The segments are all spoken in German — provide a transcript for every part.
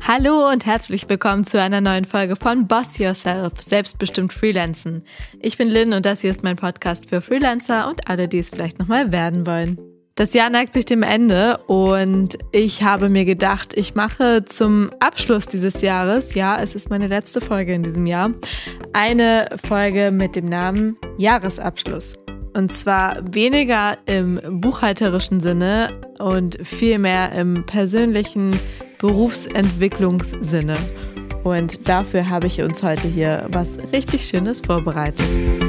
Hallo und herzlich willkommen zu einer neuen Folge von Boss Yourself, selbstbestimmt Freelancen. Ich bin Lynn und das hier ist mein Podcast für Freelancer und alle, die es vielleicht nochmal werden wollen. Das Jahr neigt sich dem Ende und ich habe mir gedacht, ich mache zum Abschluss dieses Jahres, ja, es ist meine letzte Folge in diesem Jahr, eine Folge mit dem Namen Jahresabschluss. Und zwar weniger im buchhalterischen Sinne und vielmehr im persönlichen Berufsentwicklungssinne. Und dafür habe ich uns heute hier was richtig Schönes vorbereitet.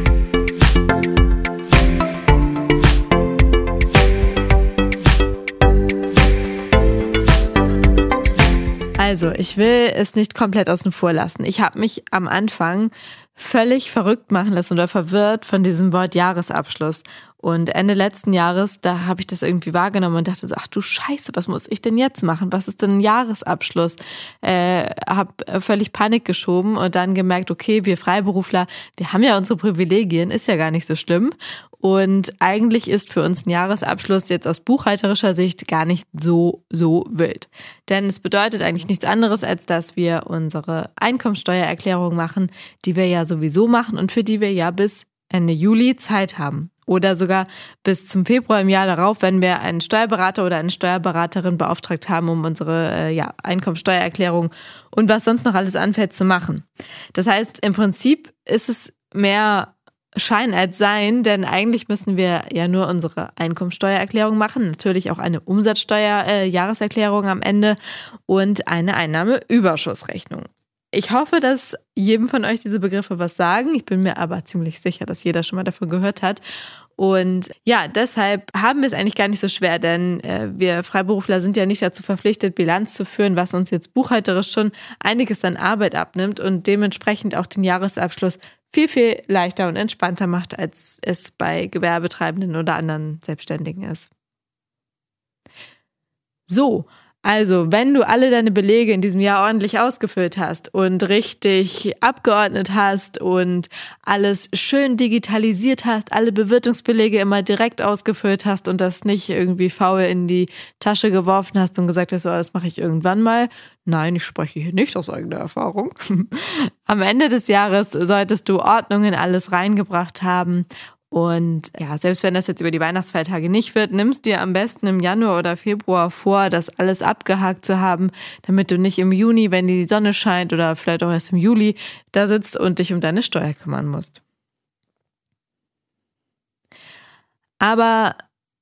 Also, ich will es nicht komplett außen vor lassen. Ich habe mich am Anfang völlig verrückt machen lassen oder verwirrt von diesem Wort Jahresabschluss. Und Ende letzten Jahres, da habe ich das irgendwie wahrgenommen und dachte so, ach du Scheiße, was muss ich denn jetzt machen? Was ist denn ein Jahresabschluss? Habe völlig Panik geschoben und dann gemerkt, okay, wir Freiberufler, wir haben ja unsere Privilegien, ist ja gar nicht so schlimm. Und eigentlich ist für uns ein Jahresabschluss jetzt aus buchhalterischer Sicht gar nicht so wild. Denn es bedeutet eigentlich nichts anderes, als dass wir unsere Einkommensteuererklärung machen, die wir ja sowieso machen und für die wir ja bis Ende Juli Zeit haben. Oder sogar bis zum Februar im Jahr darauf, wenn wir einen Steuerberater oder eine Steuerberaterin beauftragt haben, um unsere Einkommensteuererklärung und was sonst noch alles anfällt zu machen. Das heißt, im Prinzip ist es mehr Schein als Sein, denn eigentlich müssen wir ja nur unsere Einkommensteuererklärung machen, natürlich auch eine Umsatzsteuer-Jahreserklärung am Ende und eine Einnahmeüberschussrechnung. Ich hoffe, dass jedem von euch diese Begriffe was sagen. Ich bin mir aber ziemlich sicher, dass jeder schon mal davon gehört hat. Und ja, deshalb haben wir es eigentlich gar nicht so schwer, denn wir Freiberufler sind ja nicht dazu verpflichtet, Bilanz zu führen, was uns jetzt buchhalterisch schon einiges an Arbeit abnimmt und dementsprechend auch den Jahresabschluss viel leichter und entspannter macht, als es bei Gewerbetreibenden oder anderen Selbstständigen ist. So, also wenn du alle deine Belege in diesem Jahr ordentlich ausgefüllt hast und richtig abgeordnet hast und alles schön digitalisiert hast, alle Bewirtungsbelege immer direkt ausgefüllt hast und das nicht irgendwie faul in die Tasche geworfen hast und gesagt hast, so, das mache ich irgendwann mal. Nein, ich spreche hier nicht aus eigener Erfahrung. Am Ende des Jahres solltest du Ordnung in alles reingebracht haben. Und ja, selbst wenn das jetzt über die Weihnachtsfeiertage nicht wird, nimmst dir am besten im Januar oder Februar vor, das alles abgehakt zu haben, damit du nicht im Juni, wenn die Sonne scheint oder vielleicht auch erst im Juli, da sitzt und dich um deine Steuer kümmern musst. Aber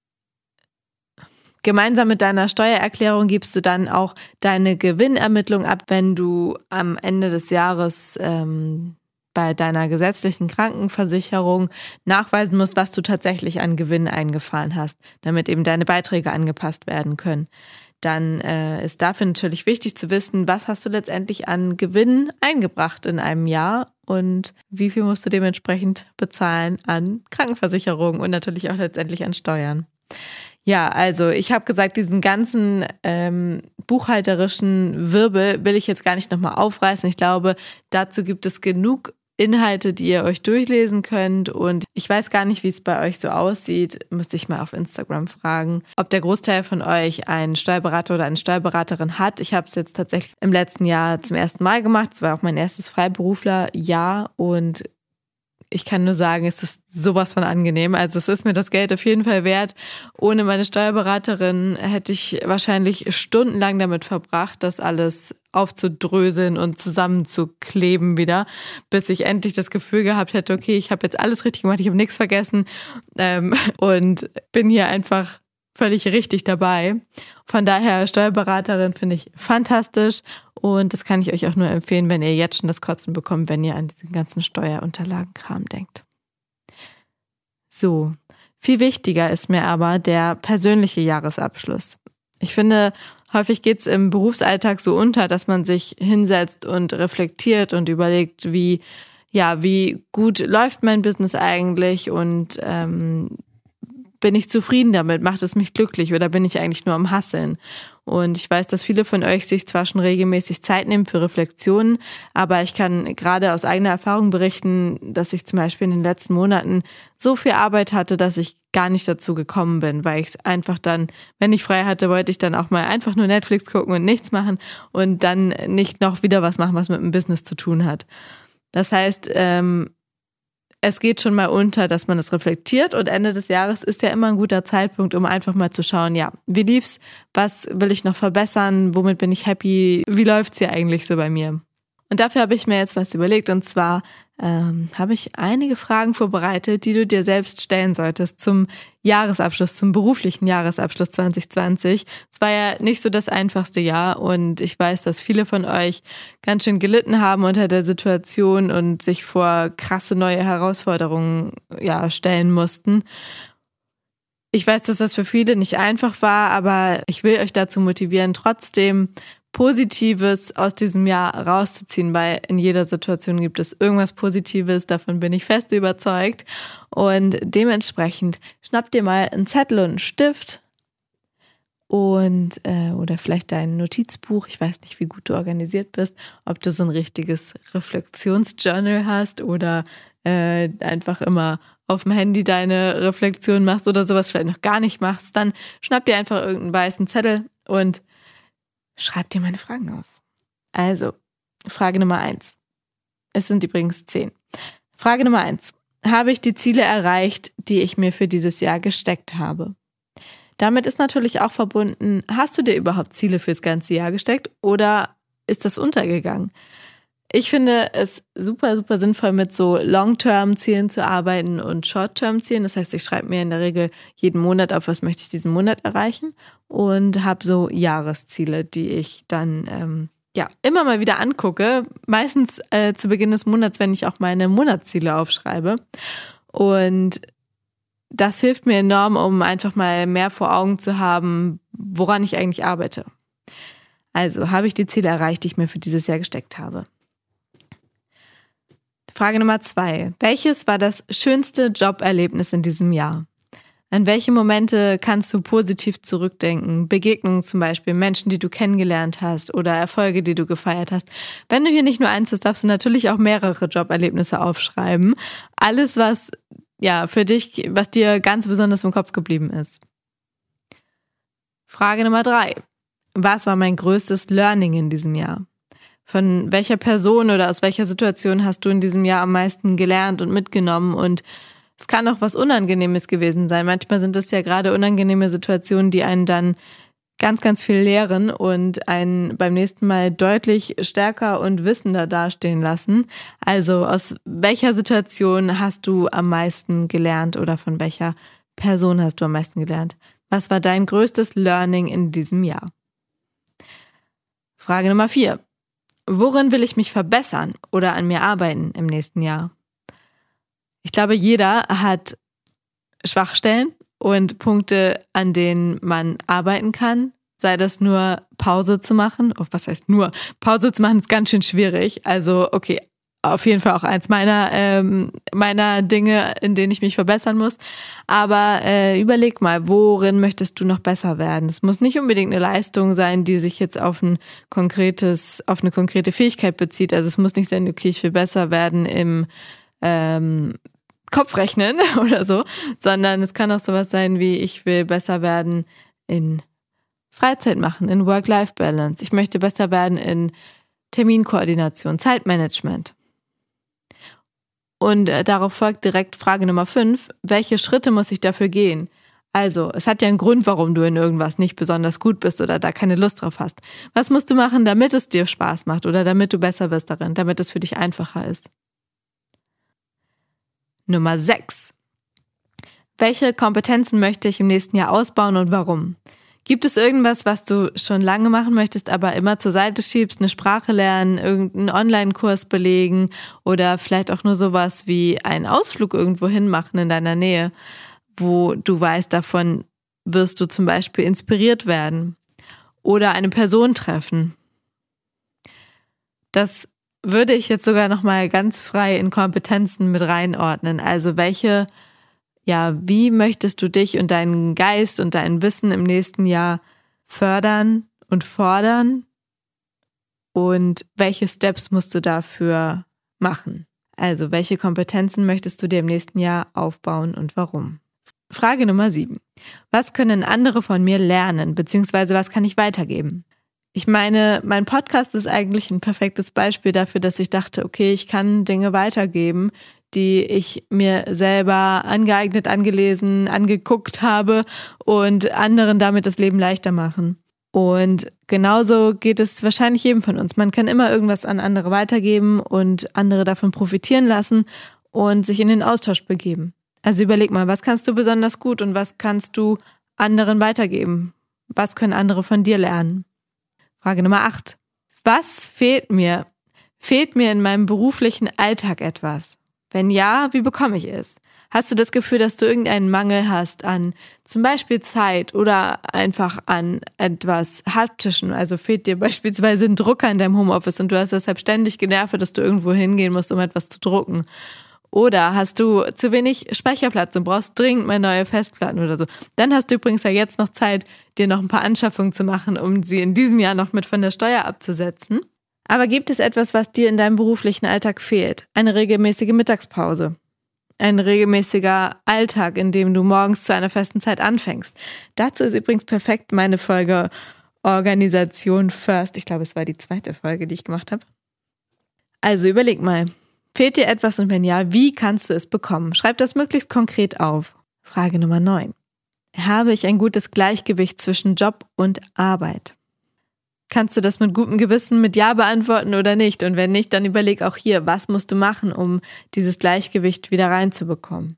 gemeinsam mit deiner Steuererklärung gibst du dann auch deine Gewinnermittlung ab, wenn du am Ende des Jahres bei deiner gesetzlichen Krankenversicherung nachweisen musst, was du tatsächlich an Gewinn eingefahren hast, damit eben deine Beiträge angepasst werden können. Dann ist dafür natürlich wichtig zu wissen, was hast du letztendlich an Gewinn eingebracht in einem Jahr und wie viel musst du dementsprechend bezahlen an Krankenversicherung und natürlich auch letztendlich an Steuern. Ja, also ich habe gesagt, diesen ganzen buchhalterischen Wirbel will ich jetzt gar nicht nochmal aufreißen. Ich glaube, dazu gibt es genug Inhalte, die ihr euch durchlesen könnt. Und ich weiß gar nicht, wie es bei euch so aussieht. Müsste ich mal auf Instagram fragen, ob der Großteil von euch einen Steuerberater oder eine Steuerberaterin hat. Ich habe es jetzt tatsächlich im letzten Jahr zum ersten Mal gemacht. Es war auch mein erstes Freiberuflerjahr und ich kann nur sagen, es ist sowas von angenehm. Also es ist mir das Geld auf jeden Fall wert. Ohne meine Steuerberaterin hätte ich wahrscheinlich stundenlang damit verbracht, das alles aufzudröseln und zusammenzukleben wieder, bis ich endlich das Gefühl gehabt hätte, okay, ich habe jetzt alles richtig gemacht, ich habe nichts vergessen und bin hier einfach völlig richtig dabei. Von daher, Steuerberaterin finde ich fantastisch und das kann ich euch auch nur empfehlen, wenn ihr jetzt schon das Kotzen bekommt, wenn ihr an diesen ganzen Steuerunterlagenkram denkt. So, viel wichtiger ist mir aber der persönliche Jahresabschluss. Ich finde, häufig geht es im Berufsalltag so unter, dass man sich hinsetzt und reflektiert und überlegt, wie gut läuft mein Business eigentlich und bin ich zufrieden damit? Macht es mich glücklich oder bin ich eigentlich nur am Hasseln? Und ich weiß, dass viele von euch sich zwar schon regelmäßig Zeit nehmen für Reflexionen, aber ich kann gerade aus eigener Erfahrung berichten, dass ich zum Beispiel in den letzten Monaten so viel Arbeit hatte, dass ich gar nicht dazu gekommen bin, weil ich es einfach dann, wenn ich frei hatte, wollte ich dann auch mal einfach nur Netflix gucken und nichts machen und dann nicht noch wieder was machen, was mit dem Business zu tun hat. Das heißt, es geht schon mal unter, dass man es reflektiert und Ende des Jahres ist ja immer ein guter Zeitpunkt, um einfach mal zu schauen, ja, wie lief's, was will ich noch verbessern, womit bin ich happy, wie läuft's hier eigentlich so bei mir? Und dafür habe ich mir jetzt was überlegt und zwar habe ich einige Fragen vorbereitet, die du dir selbst stellen solltest zum Jahresabschluss, zum beruflichen Jahresabschluss 2020. Es war ja nicht so das einfachste Jahr und ich weiß, dass viele von euch ganz schön gelitten haben unter der Situation und sich vor krasse neue Herausforderungen stellen mussten. Ich weiß, dass das für viele nicht einfach war, aber ich will euch dazu motivieren, trotzdem Positives aus diesem Jahr rauszuziehen, weil in jeder Situation gibt es irgendwas Positives, davon bin ich fest überzeugt. Und dementsprechend schnapp dir mal einen Zettel und einen Stift und oder vielleicht dein Notizbuch. Ich weiß nicht, wie gut du organisiert bist, ob du so ein richtiges Reflexionsjournal hast oder einfach immer auf dem Handy deine Reflexion machst oder sowas vielleicht noch gar nicht machst, dann schnapp dir einfach irgendeinen weißen Zettel und schreib dir meine Fragen auf. Also, Frage Nummer 1. Es sind übrigens 10. Frage Nummer 1. Habe ich die Ziele erreicht, die ich mir für dieses Jahr gesteckt habe? Damit ist natürlich auch verbunden, hast du dir überhaupt Ziele fürs ganze Jahr gesteckt oder ist das untergegangen? Ich finde es super, super sinnvoll, mit so Long-Term-Zielen zu arbeiten und Short-Term-Zielen. Das heißt, ich schreibe mir in der Regel jeden Monat auf, was möchte ich diesen Monat erreichen und habe so Jahresziele, die ich dann immer mal wieder angucke. Meistens zu Beginn des Monats, wenn ich auch meine Monatsziele aufschreibe. Und das hilft mir enorm, um einfach mal mehr vor Augen zu haben, woran ich eigentlich arbeite. Also, habe ich die Ziele erreicht, die ich mir für dieses Jahr gesteckt habe? Frage Nummer 2. Welches war das schönste Joberlebnis in diesem Jahr? An welche Momente kannst du positiv zurückdenken? Begegnungen zum Beispiel, Menschen, die du kennengelernt hast oder Erfolge, die du gefeiert hast. Wenn du hier nicht nur eins hast, darfst du natürlich auch mehrere Joberlebnisse aufschreiben. Alles, was für dich, was dir ganz besonders im Kopf geblieben ist. Frage Nummer 3. Was war mein größtes Learning in diesem Jahr? Von welcher Person oder aus welcher Situation hast du in diesem Jahr am meisten gelernt und mitgenommen? Und es kann auch was Unangenehmes gewesen sein. Manchmal sind es ja gerade unangenehme Situationen, die einen dann ganz, ganz viel lehren und einen beim nächsten Mal deutlich stärker und wissender dastehen lassen. Also aus welcher Situation hast du am meisten gelernt oder von welcher Person hast du am meisten gelernt? Was war dein größtes Learning in diesem Jahr? Frage Nummer 4. Worin will ich mich verbessern oder an mir arbeiten im nächsten Jahr? Ich glaube, jeder hat Schwachstellen und Punkte, an denen man arbeiten kann. Sei das nur Pause zu machen. Oh, was heißt nur? Pause zu machen ist ganz schön schwierig. Also okay, auf jeden Fall auch eins meiner Dinge, in denen ich mich verbessern muss. Aber überleg mal, worin möchtest du noch besser werden? Es muss nicht unbedingt eine Leistung sein, die sich jetzt auf eine konkrete Fähigkeit bezieht. Also es muss nicht sein, okay, ich will besser werden im Kopfrechnen oder so, sondern es kann auch sowas sein wie, ich will besser werden in Freizeit machen, in Work-Life-Balance. Ich möchte besser werden in Terminkoordination, Zeitmanagement. Und darauf folgt direkt Frage Nummer 5. Welche Schritte muss ich dafür gehen? Also, es hat ja einen Grund, warum du in irgendwas nicht besonders gut bist oder da keine Lust drauf hast. Was musst du machen, damit es dir Spaß macht oder damit du besser wirst darin, damit es für dich einfacher ist? Nummer 6. Welche Kompetenzen möchte ich im nächsten Jahr ausbauen und warum? Gibt es irgendwas, was du schon lange machen möchtest, aber immer zur Seite schiebst, eine Sprache lernen, irgendeinen Online-Kurs belegen oder vielleicht auch nur sowas wie einen Ausflug irgendwo hin machen in deiner Nähe, wo du weißt, davon wirst du zum Beispiel inspiriert werden oder eine Person treffen? Das würde ich jetzt sogar nochmal ganz frei in Kompetenzen mit reinordnen. Also welche wie möchtest du dich und deinen Geist und dein Wissen im nächsten Jahr fördern und fordern? Und welche Steps musst du dafür machen? Also, welche Kompetenzen möchtest du dir im nächsten Jahr aufbauen und warum? Frage Nummer 7. Was können andere von mir lernen, beziehungsweise was kann ich weitergeben? Ich meine, mein Podcast ist eigentlich ein perfektes Beispiel dafür, dass ich dachte, okay, ich kann Dinge weitergeben, die ich mir selber angeeignet, angelesen, angeguckt habe und anderen damit das Leben leichter machen. Und genauso geht es wahrscheinlich jedem von uns. Man kann immer irgendwas an andere weitergeben und andere davon profitieren lassen und sich in den Austausch begeben. Also überleg mal, was kannst du besonders gut und was kannst du anderen weitergeben? Was können andere von dir lernen? Frage Nummer 8. Was fehlt mir? Fehlt mir in meinem beruflichen Alltag etwas? Wenn ja, wie bekomme ich es? Hast du das Gefühl, dass du irgendeinen Mangel hast an zum Beispiel Zeit oder einfach an etwas Haptischen? Also fehlt dir beispielsweise ein Drucker in deinem Homeoffice und du hast deshalb ständig genervt, dass du irgendwo hingehen musst, um etwas zu drucken. Oder hast du zu wenig Speicherplatz und brauchst dringend mal neue Festplatten oder so. Dann hast du übrigens ja jetzt noch Zeit, dir noch ein paar Anschaffungen zu machen, um sie in diesem Jahr noch mit von der Steuer abzusetzen. Aber gibt es etwas, was dir in deinem beruflichen Alltag fehlt? Eine regelmäßige Mittagspause? Ein regelmäßiger Alltag, in dem du morgens zu einer festen Zeit anfängst? Dazu ist übrigens perfekt meine Folge Organisation First. Ich glaube, es war die 2. Folge, die ich gemacht habe. Also überleg mal. Fehlt dir etwas und wenn ja, wie kannst du es bekommen? Schreib das möglichst konkret auf. Frage Nummer 9. Habe ich ein gutes Gleichgewicht zwischen Job und Arbeit? Kannst du das mit gutem Gewissen mit Ja beantworten oder nicht? Und wenn nicht, dann überleg auch hier, was musst du machen, um dieses Gleichgewicht wieder reinzubekommen?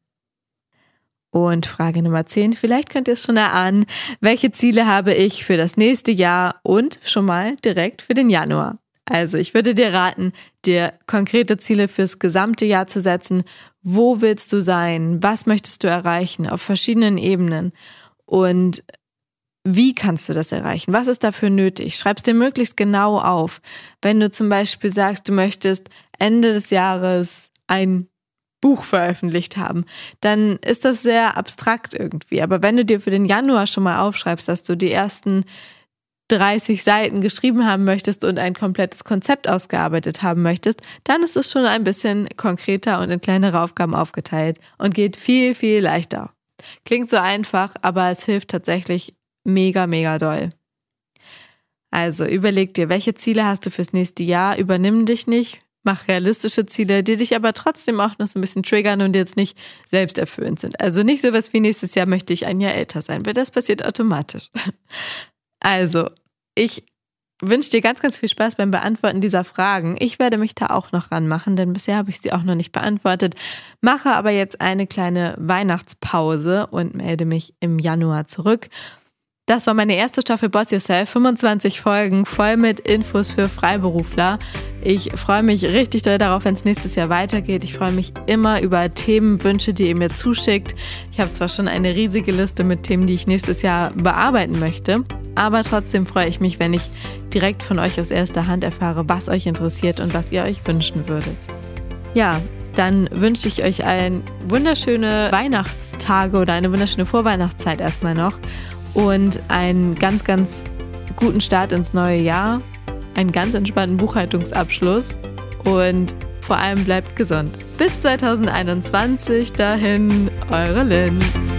Und Frage Nummer 10, vielleicht könnt ihr es schon erahnen, welche Ziele habe ich für das nächste Jahr und schon mal direkt für den Januar? Also ich würde dir raten, dir konkrete Ziele fürs gesamte Jahr zu setzen. Wo willst du sein? Was möchtest du erreichen auf verschiedenen Ebenen? Und wie kannst du das erreichen? Was ist dafür nötig? Schreib es dir möglichst genau auf. Wenn du zum Beispiel sagst, du möchtest Ende des Jahres ein Buch veröffentlicht haben, dann ist das sehr abstrakt irgendwie. Aber wenn du dir für den Januar schon mal aufschreibst, dass du die ersten 30 Seiten geschrieben haben möchtest und ein komplettes Konzept ausgearbeitet haben möchtest, dann ist es schon ein bisschen konkreter und in kleinere Aufgaben aufgeteilt und geht viel, viel leichter. Klingt so einfach, aber es hilft tatsächlich mega, mega doll. Also überleg dir, welche Ziele hast du fürs nächste Jahr, übernimm dich nicht, mach realistische Ziele, die dich aber trotzdem auch noch so ein bisschen triggern und jetzt nicht selbsterfüllend sind. Also nicht sowas wie nächstes Jahr möchte ich ein Jahr älter sein, weil das passiert automatisch. Also, ich wünsche dir ganz, ganz viel Spaß beim Beantworten dieser Fragen. Ich werde mich da auch noch ranmachen, denn bisher habe ich sie auch noch nicht beantwortet. Mache aber jetzt eine kleine Weihnachtspause und melde mich im Januar zurück. Das war meine erste Staffel Boss Yourself, 25 Folgen, voll mit Infos für Freiberufler. Ich freue mich richtig doll darauf, wenn es nächstes Jahr weitergeht. Ich freue mich immer über Themenwünsche, die ihr mir zuschickt. Ich habe zwar schon eine riesige Liste mit Themen, die ich nächstes Jahr bearbeiten möchte, aber trotzdem freue ich mich, wenn ich direkt von euch aus erster Hand erfahre, was euch interessiert und was ihr euch wünschen würdet. Ja, dann wünsche ich euch allen wunderschöne Weihnachtstage oder eine wunderschöne Vorweihnachtszeit erstmal noch. Und einen ganz, ganz guten Start ins neue Jahr, einen ganz entspannten Buchhaltungsabschluss und vor allem bleibt gesund. Bis 2021, dahin, eure Lynn.